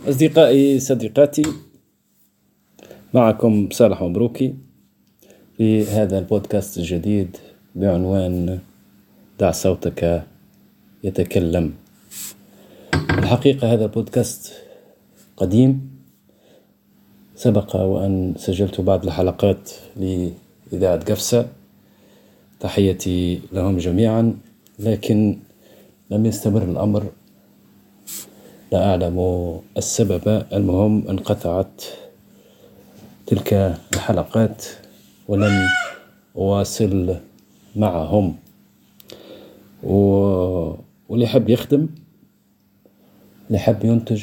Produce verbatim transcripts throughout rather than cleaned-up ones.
أصدقائي صديقاتي، معكم صالح مبروكي في هذا البودكاست الجديد بعنوان دع صوتك يتكلم. الحقيقة هذا البودكاست قديم، سبق وأن سجلت بعض الحلقات لإذاعة قفصة، تحياتي لهم جميعا، لكن لم يستمر الأمر، لا أعلم السبب. المهم انقطعت تلك الحلقات ولم أواصل معهم، و... واللي حب يخدم، اللي حب ينتج،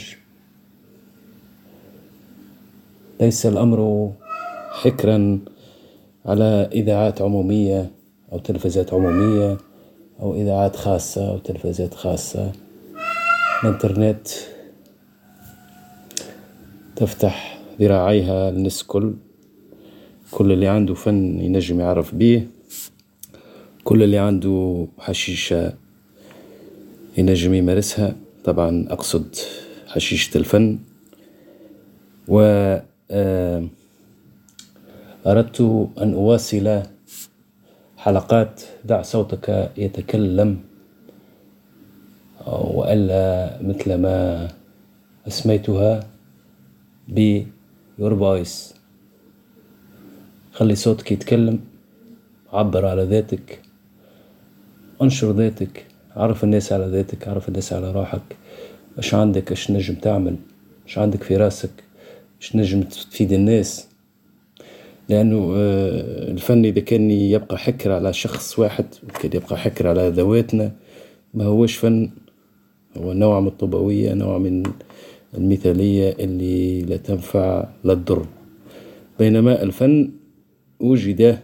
ليس الأمر حكرا على إذاعات عمومية أو تلفزيات عمومية أو إذاعات خاصة أو تلفزيات خاصة. الإنترنت تفتح ذراعيها للناس كل كل اللي عنده فن ينجم يعرف به، كل اللي عنده حشيشة ينجم يمارسها. طبعا أقصد حشيشة الفن. وأردت أن أواصل حلقات دع صوتك يتكلم، وألا مثل ما أسميتها ب Your Voice، خلي صوتك يتكلم، عبر على ذاتك، انشر ذاتك، عرف الناس على ذاتك، عرف الناس على روحك، ايش عندك، ايش نجم تعمل، ايش عندك في راسك، ايش نجم تفيد الناس. لأنه الفن إذا كان يبقى حكر على شخص واحد، كان يبقى حكر على ذواتنا، ما هوش فن، هو نوع من الطوبوية، نوع من المثالية اللي لا تنفع لا تضر. بينما الفن وجد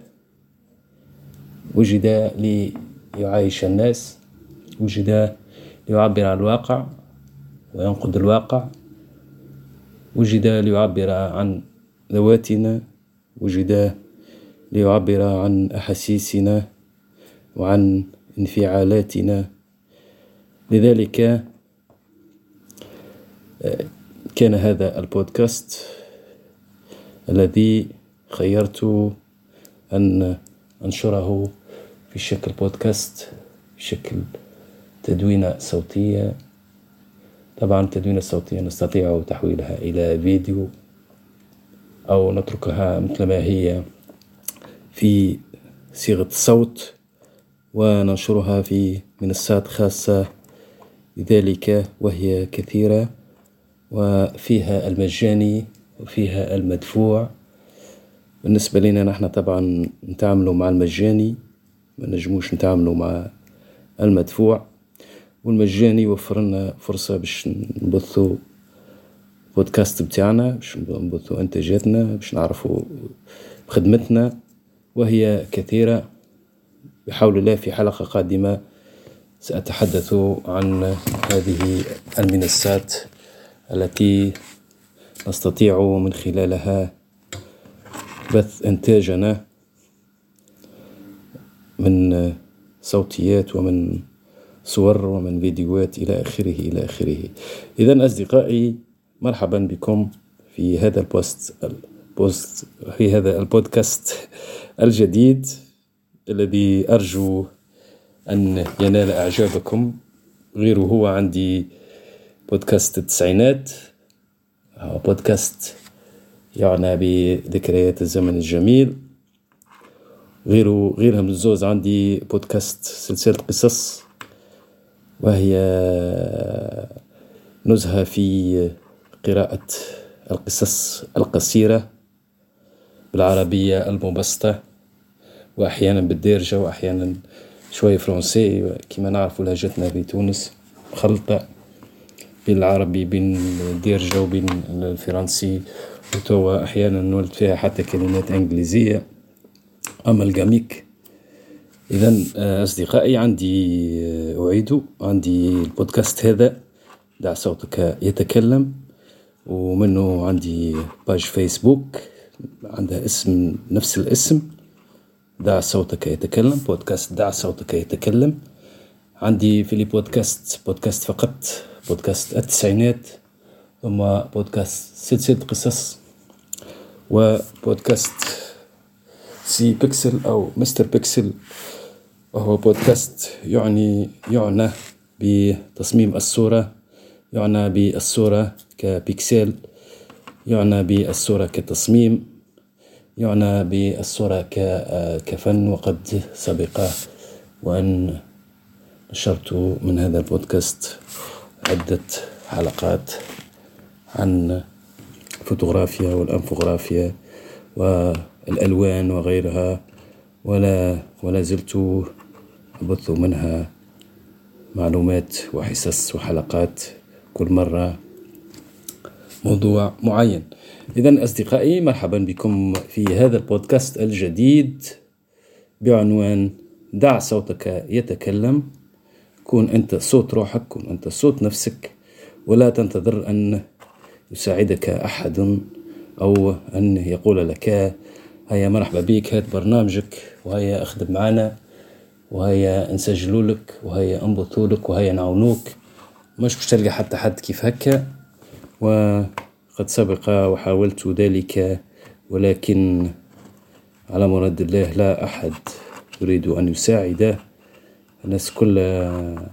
وجد ليعايش الناس، وجد ليعبر عن الواقع وينقد الواقع، وجد ليعبر عن ذواتنا، وجد ليعبر عن أحاسيسنا وعن انفعالاتنا. لذلك كان هذا البودكاست الذي خيرت أن أنشره في شكل بودكاست، في شكل تدوينة صوتية. طبعا التدوينة الصوتية نستطيع تحويلها إلى فيديو أو نتركها مثل ما هي في صيغة الصوت وننشرها في منصات خاصة لذلك، وهي كثيرة، وفيها المجاني وفيها المدفوع. بالنسبة لنا نحن طبعا نتعاملوا مع المجاني، ما نجموش نتعاملوا مع المدفوع. والمجاني يوفر لنا فرصة باش نبثوا بودكاست بتاعنا، باش نبثوا انتاجاتنا، باش نعرفوا بخدمتنا، وهي كثيرة. بحول الله في حلقة قادمة سأتحدث عن هذه المنصات التي نستطيع من خلالها بث إنتاجنا من صوتيات ومن صور ومن فيديوهات إلى آخره إلى آخره. إذن أصدقائي، مرحبا بكم في هذا البوست البوست في هذا البودكاست الجديد الذي أرجو أن ينال إعجابكم. غيره هو عندي بودكاست التسعينات، بودكاست يعني بذكريات الزمن الجميل. غيره غيرهم الزوز عندي بودكاست سلسلة قصص، وهي نزهة في قراءة القصص القصيرة بالعربية المبسطة، وأحيانا بالدارجة، وأحيانا شوي فرنسي كما نعرف لهجتنا في تونس، خلطة بين العربي بين الدارجة وبين الفرنسي، وتوا أحيانا نولد فيها حتى كلمات إنجليزية، أمالغاميك. إذن أصدقائي، عندي أعيد عندي البودكاست هذا دع صوتك يتكلم، ومنه عندي باج فيسبوك عندها اسم نفس الاسم، دع صوتك يتكلم، بودكاست دع صوتك يتكلم. عندي في البودكاست بودكاست فقط بودكاست التسعينات، ثم بودكاست سلسلة قصص، وبودكاست سي بيكسل أو مستر بيكسل، وهو بودكاست يعني يعنى بتصميم الصورة، يعنى بالصورة كبيكسل، يعنى بالصورة كتصميم، يعنى بالصورة كفن. وقد سبق وأن نشرت من هذا البودكاست عدة حلقات عن الفوتوغرافيا والأنفوغرافيا والألوان وغيرها، ولا ولا زلت أبث منها معلومات وحصص وحلقات، كل مرة موضوع معين. إذن أصدقائي، مرحبا بكم في هذا البودكاست الجديد بعنوان دع صوتك يتكلم. كن أنت صوت روحك، كن أنت صوت نفسك، ولا تنتظر أن يساعدك أحد أو أن يقول لك هيا مرحبا بك، هات برنامجك، وهيا أخدم معنا، وهيا نسجلوا لك، وهيا انبطوا لك، وهيا نعاونوك. مش مش تلقى حتى حد كيف هكا، وقد سبق وحاولت ذلك، ولكن على مراد الله لا أحد يريد أن يساعده. الناس كلها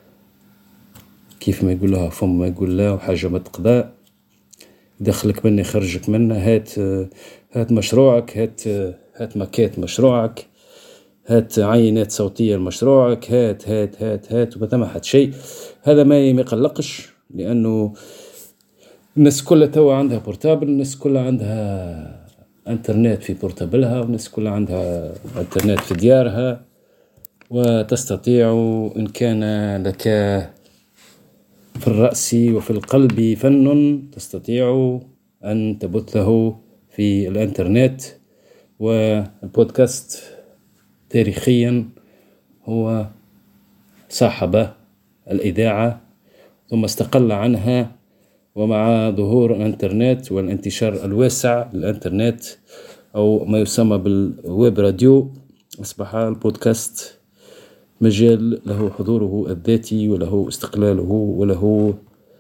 كيف ما يقول لها فم ما يقول له، وحاجة ما تقضى، يدخلك منه يخرجك منه. هات هات مشروعك، هات هات ماكيت مشروعك، هات عينات صوتية لمشروعك، هات هات هات هات وما ثم حد شيء. هذا ما يقلقش، لأنه الناس كلها توا عندها بورتابل، الناس كلها عندها انترنت في بورتابلها، والناس كلها عندها انترنت في ديارها، وتستطيع إن كان لك في الرأس وفي القلب فن تستطيع أن تبثه في الانترنت. والبودكاست تاريخيا هو صاحب الإذاعة، ثم استقل عنها، ومع ظهور الانترنت والانتشار الواسع للانترنت أو ما يسمى بالويب راديو، أصبح البودكاست مجال له حضوره الذاتي، وله استقلاله، وله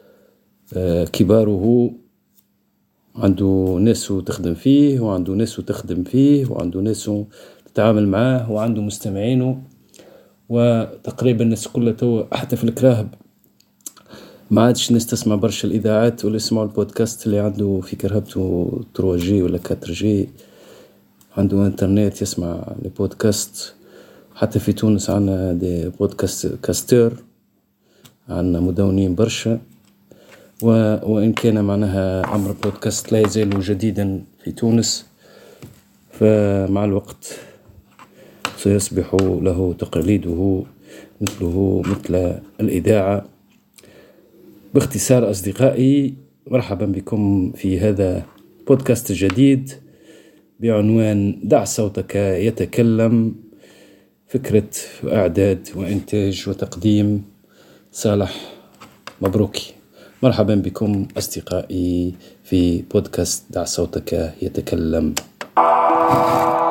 كباره. عنده ناس تخدم فيه، وعنده ناس تخدم فيه، وعنده ناس تتعامل معاه، وعنده مستمعينه. وتقريبا الناس كلها تو حتى في الكراهب ما عادش الناس تسمع برشا الإذاعات، ولا يسمعوا البودكاست اللي عنده في كرهبته ثلاثة جي ولا أربعة جي، عنده انترنت يسمع البودكاست. حتى في تونس عنا دي بودكاست كاستر، عنا مدونين برشا، وإن كان معناها أمر بودكاست لا يزال جديدا في تونس، فمع الوقت سيصبح له تقليده مثله مثل الإذاعة. باختصار أصدقائي، مرحبا بكم في هذا بودكاست جديد بعنوان دع صوتك يتكلم. فكرة وإعداد وإنتاج وتقديم صالح مبروكي. مرحبا بكم أصدقائي في بودكاست دع صوتك يتكلم.